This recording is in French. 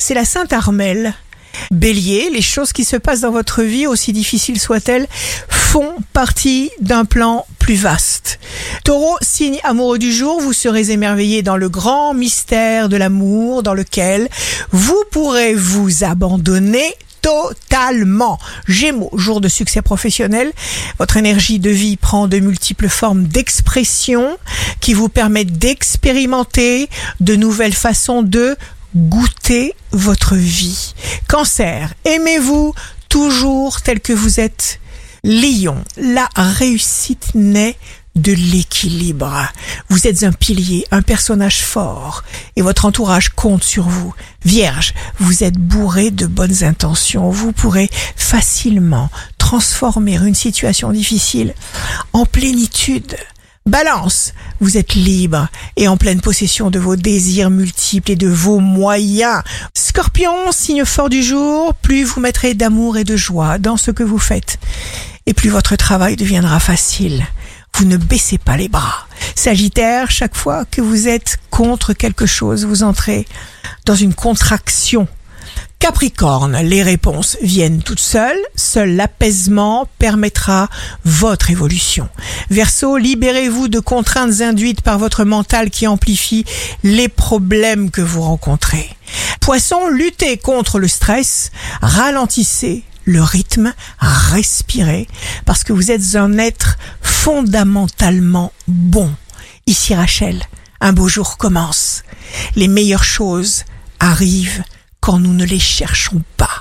c'est la Sainte Armelle. Bélier, les choses qui se passent dans votre vie, aussi difficiles soient-elles, font partie d'un plan plus vaste. Taureau, signe amoureux du jour, vous serez émerveillé dans le grand mystère de l'amour dans lequel vous pourrez vous abandonner totalement. Gémeaux, jour de succès professionnel, votre énergie de vie prend de multiples formes d'expression qui vous permettent d'expérimenter de nouvelles façons de goûter votre vie. Cancer, aimez-vous toujours tel que vous êtes. Lion, la réussite naît de l'équilibre. Vous êtes un pilier, un personnage fort et votre entourage compte sur vous. Vierge, vous êtes bourré de bonnes intentions. Vous pourrez facilement transformer une situation difficile en plénitude. Balance, vous êtes libre et en pleine possession de vos désirs multiples et de vos moyens. Scorpion, signe fort du jour, plus vous mettrez d'amour et de joie dans ce que vous faites et plus votre travail deviendra facile. Vous ne baissez pas les bras. Sagittaire, chaque fois que vous êtes contre quelque chose, vous entrez dans une contraction. Capricorne, les réponses viennent toutes seules. Seul l'apaisement permettra votre évolution. Verseau, libérez-vous de contraintes induites par votre mental qui amplifie les problèmes que vous rencontrez. Poisson, luttez contre le stress, ralentissez le rythme, respirez, parce que vous êtes un être fondamentalement bon. Ici Rachel, un beau jour commence. Les meilleures choses arrivent quand nous ne les cherchons pas.